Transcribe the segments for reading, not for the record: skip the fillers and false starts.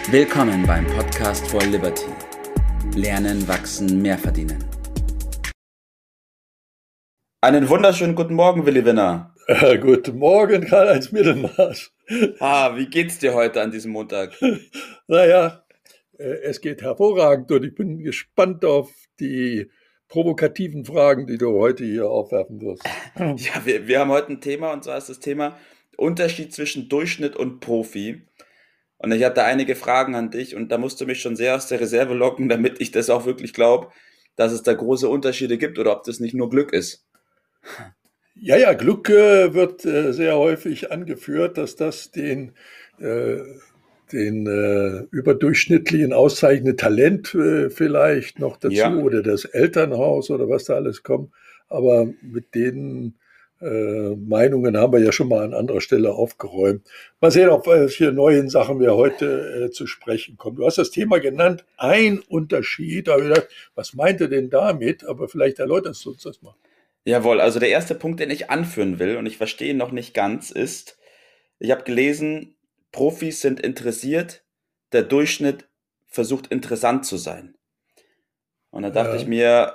Willkommen beim Podcast for Liberty. Lernen, wachsen, mehr verdienen. Einen wunderschönen guten Morgen, Willi Winner. Guten Morgen, Karl-Heinz Mittelmaß. Wie geht's dir heute an diesem Montag? Naja, es geht hervorragend und ich bin gespannt auf die provokativen Fragen, die du heute hier aufwerfen wirst. Ja, wir haben heute ein Thema, und zwar ist das Thema Unterschied zwischen Durchschnitt und Profi. Und ich hatte einige Fragen an dich und da musst du mich schon sehr aus der Reserve locken, damit ich das auch wirklich glaube, dass es da große Unterschiede gibt oder ob das nicht nur Glück ist. Ja, Glück wird sehr häufig angeführt, dass das den überdurchschnittlichen auszeichnende Talent vielleicht noch dazu Ja, oder das Elternhaus oder was da alles kommt. Aber mit den Meinungen haben wir ja schon mal an anderer Stelle aufgeräumt. Mal sehen, auf welche neuen Sachen wir heute zu sprechen kommen. Du hast das Thema genannt, ein Unterschied. Da habe ich gedacht, was meint er denn damit? Aber vielleicht erläuterst du uns das mal. jawohl. Also der erste Punkt, den ich anführen will, und ich verstehe ihn noch nicht ganz, ist, ich habe gelesen, Profis sind interessiert, der Durchschnitt versucht interessant zu sein. Und da dachte ich Ja. mir,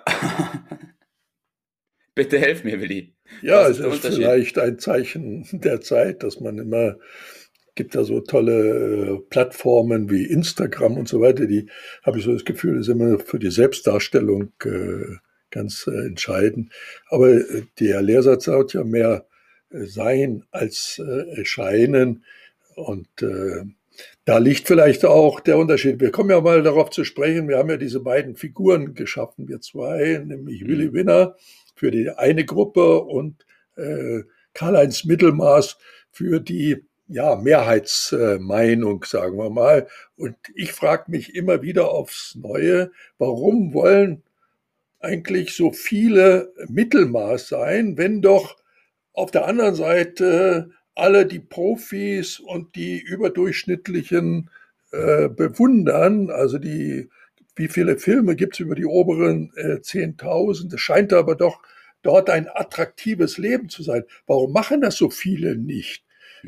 bitte helf mir, Willi. Ja, Was es ist der ist Unterschied? vielleicht ein Zeichen der Zeit, dass man immer, gibt da so tolle Plattformen wie Instagram und so weiter, die habe ich so das Gefühl, ist immer für die Selbstdarstellung ganz entscheidend. Aber der Lehrsatz sagt ja mehr sein als erscheinen. Und da liegt vielleicht auch der Unterschied. Wir kommen ja mal darauf zu sprechen. Wir haben ja diese beiden Figuren geschaffen, wir zwei, nämlich Willi Mhm. Winner für die eine Gruppe und äh, Karl-Heinz Mittelmaß für die Mehrheitsmeinung, sagen wir mal. Und ich frage mich immer wieder aufs Neue, warum wollen eigentlich so viele Mittelmaß sein, wenn doch auf der anderen Seite alle die Profis und die überdurchschnittlichen bewundern, also wie viele Filme gibt es über die oberen 10.000? Es scheint aber doch dort ein attraktives Leben zu sein. Warum machen das so viele nicht?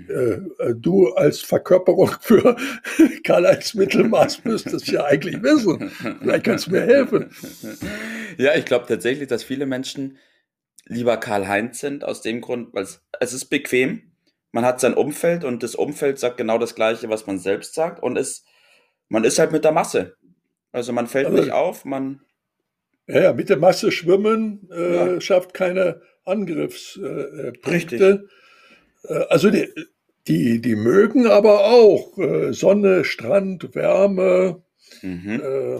Du als Verkörperung für Karl-Heinz Mittelmaß müsstest ja eigentlich wissen. Vielleicht kannst du mir helfen. Ja, ich glaube tatsächlich, dass viele Menschen lieber Karl-Heinz sind, aus dem Grund, weil es ist bequem. Man hat sein Umfeld und das Umfeld sagt genau das Gleiche, was man selbst sagt, und man ist halt mit der Masse. Also man fällt nicht Also, auf, man, ja, mit der Masse schwimmen ja, schafft keine richtig. Angriffspunkte. Also die mögen aber auch Sonne, Strand, Wärme. Mhm. Äh,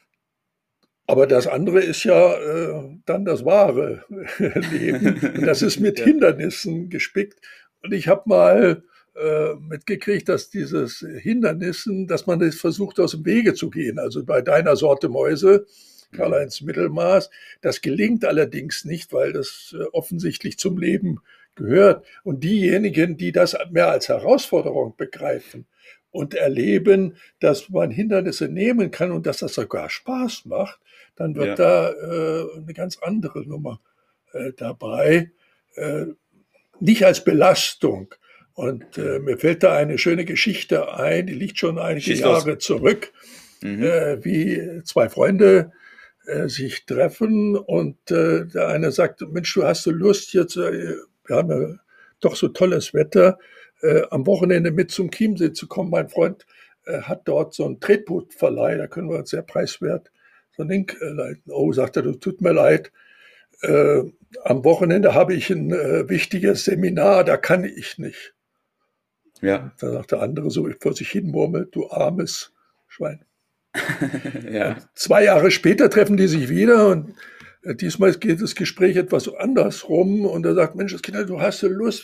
aber das andere ist ja dann das wahre Leben. Und das ist mit Ja. Hindernissen gespickt. Und ich habe mal mitgekriegt, dass dieses Hindernissen, dass man das versucht, aus dem Wege zu gehen. Also bei deiner Sorte Mäuse, Mhm. Karl-Heinz Mittelmaß, das gelingt allerdings nicht, weil das offensichtlich zum Leben gehört. Und diejenigen, die das mehr als Herausforderung begreifen und erleben, dass man Hindernisse nehmen kann und dass das sogar Spaß macht, dann wird Ja. da eine ganz andere Nummer dabei. Äh, Nicht als Belastung. Und mir fällt da eine schöne Geschichte ein, die liegt schon einige Schieß los. Jahre zurück, Mhm. wie zwei Freunde sich treffen und der eine sagt, Mensch, du hast so Lust jetzt, wir haben ja doch so tolles Wetter, am Wochenende mit zum Chiemsee zu kommen. Mein Freund hat dort so einen Tretbootverleih, da können wir uns sehr preiswert so ein Ding leiten. Oh, sagt er, du tut mir leid, äh, am Wochenende habe ich ein wichtiges Seminar, da kann ich nicht. Ja. Da sagt der andere so vor sich hin murmelt, du armes Schwein. Ja. Und 2 Jahre später treffen die sich wieder und diesmal geht das Gespräch etwas andersrum und er sagt, Mensch, das Kind, du hast so Lust,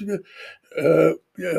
ja,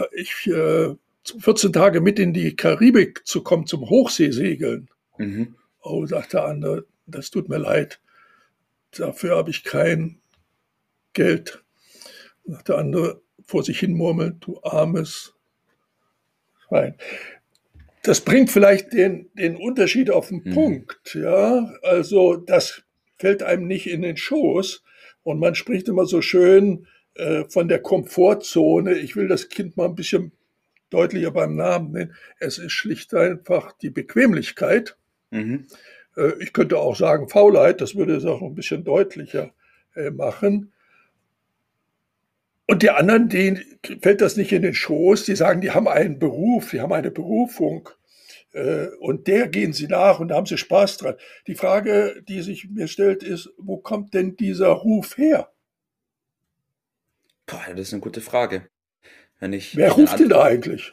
14 Tage mit in die Karibik zu kommen zum Hochseesegeln. Mhm. Oh, sagt der andere, das tut mir leid, dafür habe ich kein Geld. Sagt der andere vor sich hin murmelt, du armes Schwein. Das bringt vielleicht den Unterschied auf den Mhm. Punkt. Ja, also das fällt einem nicht in den Schoß. Und man spricht immer so schön von der Komfortzone. Ich will das Kind mal ein bisschen deutlicher beim Namen nennen. Es ist schlicht einfach die Bequemlichkeit. Mhm. Ich könnte auch sagen Faulheit, das würde es auch ein bisschen deutlicher machen. Und die anderen, denen fällt das nicht in den Schoß, die sagen, die haben einen Beruf, die haben eine Berufung und der gehen sie nach und da haben sie Spaß dran. Die Frage, die sich mir stellt, ist, wo kommt denn dieser Ruf her? Boah, das ist eine gute Frage. Wenn ich Wer eine ruft denn da Antwort. eigentlich?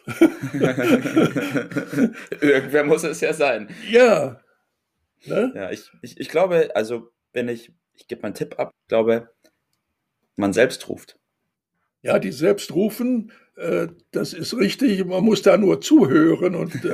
Irgendwer muss es ja sein. Ja, ne? Ja, ich glaube, also wenn ich gebe meinen Tipp ab, ich glaube, man selbst ruft. Ja, die selbst rufen, das ist richtig, man muss da nur zuhören und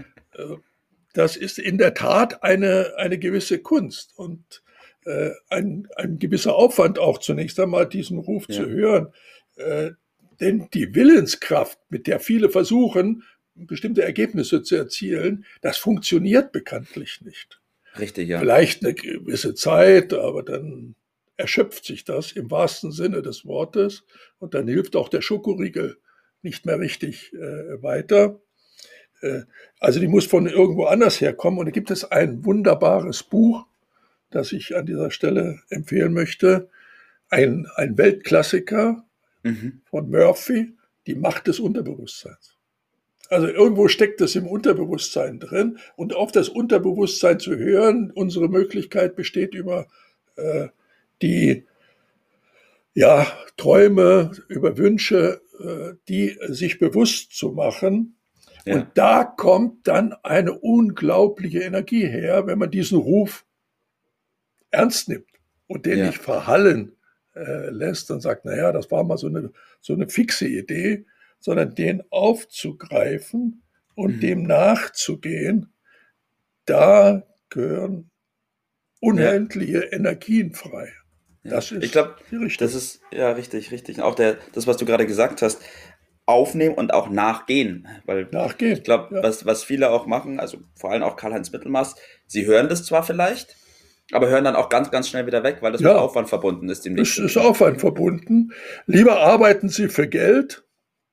das ist in der Tat eine gewisse Kunst und ein gewisser Aufwand auch zunächst einmal, diesen Ruf zu Ja, hören. Äh, denn die Willenskraft, mit der viele versuchen, bestimmte Ergebnisse zu erzielen, das funktioniert bekanntlich nicht. richtig, ja. Vielleicht eine gewisse Zeit, aber dann erschöpft sich das im wahrsten Sinne des Wortes und dann hilft auch der Schokoriegel nicht mehr richtig weiter. Äh, also die muss von irgendwo anders herkommen. Und da gibt es ein wunderbares Buch, das ich an dieser Stelle empfehlen möchte. Ein Weltklassiker Mhm. von Murphy, Die Macht des Unterbewusstseins. Also irgendwo steckt es im Unterbewusstsein drin und auf das Unterbewusstsein zu hören, unsere Möglichkeit besteht über die ja, Träume, über Wünsche, die sich bewusst zu machen. Und Ja, da kommt dann eine unglaubliche Energie her, wenn man diesen Ruf ernst nimmt und den nicht ja. verhallen lässt und sagt, naja, das war mal so eine fixe Idee, sondern den aufzugreifen und Mhm. dem nachzugehen, da gehören Ja, unendliche Energien frei. ja. Das Ich ist glaube, die das Richtung. ist ja richtig, richtig. Und auch das, was du gerade gesagt hast, aufnehmen und auch nachgehen. Weil ich Nachgehen. glaube, Ja, was viele auch machen, also vor allem auch Karl-Heinz Mittelmaß, sie hören das zwar vielleicht, aber hören dann auch ganz, ganz schnell wieder weg, weil das mit ja, Aufwand verbunden ist, dem es nicht zu ist tun. Aufwand verbunden. Lieber arbeiten Sie für Geld,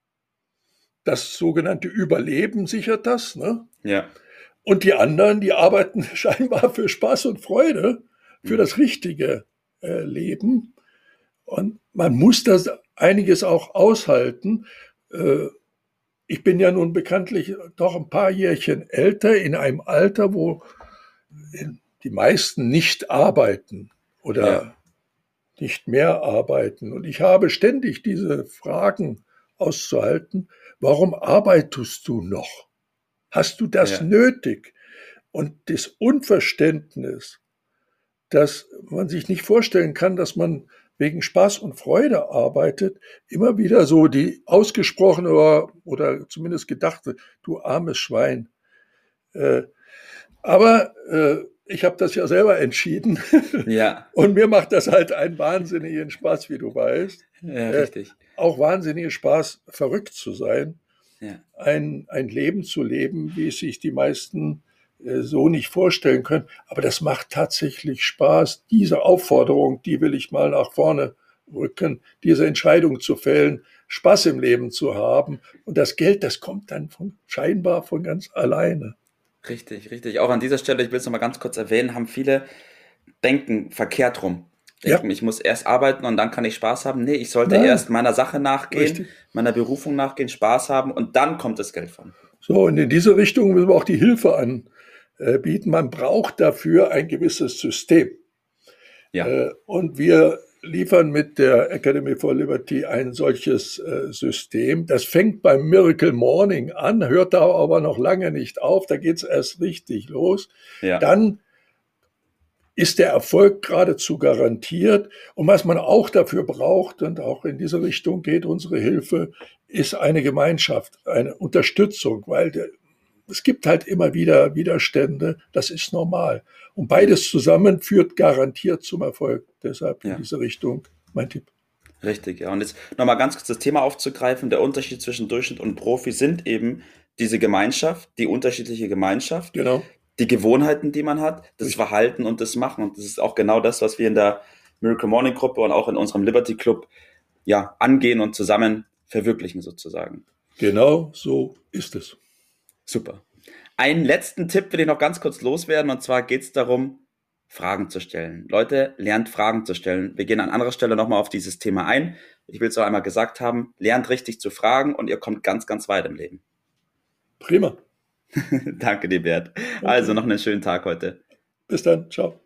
das sogenannte Überleben sichert das, ne? Ja. Und die anderen, die arbeiten scheinbar für Spaß und Freude, für Mhm. das richtige Leben. Und man muss das einiges auch aushalten. Äh, ich bin ja nun bekanntlich doch ein paar Jährchen älter, in einem Alter, wo die meisten nicht arbeiten Ja. oder nicht mehr arbeiten. Und ich habe ständig diese Fragen auszuhalten. Warum arbeitest du noch? Hast du das Ja. nötig? Und das Unverständnis, dass man sich nicht vorstellen kann, dass man wegen Spaß und Freude arbeitet, immer wieder so die ausgesprochene oder zumindest gedachte, du armes Schwein. Äh, aber ich habe das ja selber entschieden Ja. und mir macht das halt einen wahnsinnigen Spaß, wie du weißt. Ja, Äh, richtig. auch wahnsinnigen Spaß, verrückt zu sein, Ja. ein Leben zu leben, wie es sich die meisten so nicht vorstellen können. Aber das macht tatsächlich Spaß. Diese Aufforderung, die will ich mal nach vorne rücken, diese Entscheidung zu fällen, Spaß im Leben zu haben. Und das Geld, das kommt dann scheinbar von ganz alleine. Richtig, richtig. Auch an dieser Stelle, ich will es noch mal ganz kurz erwähnen, haben viele denken verkehrt rum. Ja, Denken, ich muss erst arbeiten und dann kann ich Spaß haben. Nee, ich sollte nein, erst meiner Sache nachgehen, richtig. meiner Berufung nachgehen, Spaß haben und dann kommt das Geld von. So, und in diese Richtung müssen wir auch die Hilfe anbieten. Man braucht dafür ein gewisses System. Ja, Und wir liefern mit der Academy for Liberty ein solches System. Das fängt beim Miracle Morning an, hört da aber noch lange nicht auf. Da geht es erst richtig los. ja, Dann ist der Erfolg geradezu garantiert. Und was man auch dafür braucht, und auch in diese Richtung geht unsere Hilfe, ist eine Gemeinschaft, eine Unterstützung, weil es gibt halt immer wieder Widerstände, das ist normal. Und ja, beides zusammen führt garantiert zum Erfolg. Deshalb in ja. diese Richtung mein Tipp. Richtig, ja. Und jetzt nochmal ganz kurz das Thema aufzugreifen. Der Unterschied zwischen Durchschnitt und Profi sind eben diese Gemeinschaft, die unterschiedliche Gemeinschaft, Genau, die Gewohnheiten, die man hat, das richtig. Verhalten und das Machen. Und das ist auch genau das, was wir in der Miracle Morning Gruppe und auch in unserem Liberty Club ja angehen und zusammen verwirklichen sozusagen. Genau so ist es. Super. Einen letzten Tipp will ich noch ganz kurz loswerden, und zwar geht es darum, Fragen zu stellen. Leute, lernt Fragen zu stellen. Wir gehen an anderer Stelle nochmal auf dieses Thema ein. Ich will es auch einmal gesagt haben, lernt richtig zu fragen und ihr kommt ganz, ganz weit im Leben. Prima. Danke dir, Bert. Okay. Also noch einen schönen Tag heute. Bis dann. Ciao.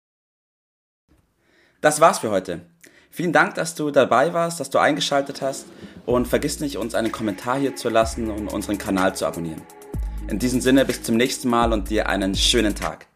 Das war's für heute. Vielen Dank, dass du dabei warst, dass du eingeschaltet hast, und vergiss nicht, uns einen Kommentar hier zu lassen und unseren Kanal zu abonnieren. In diesem Sinne, bis zum nächsten Mal und dir einen schönen Tag.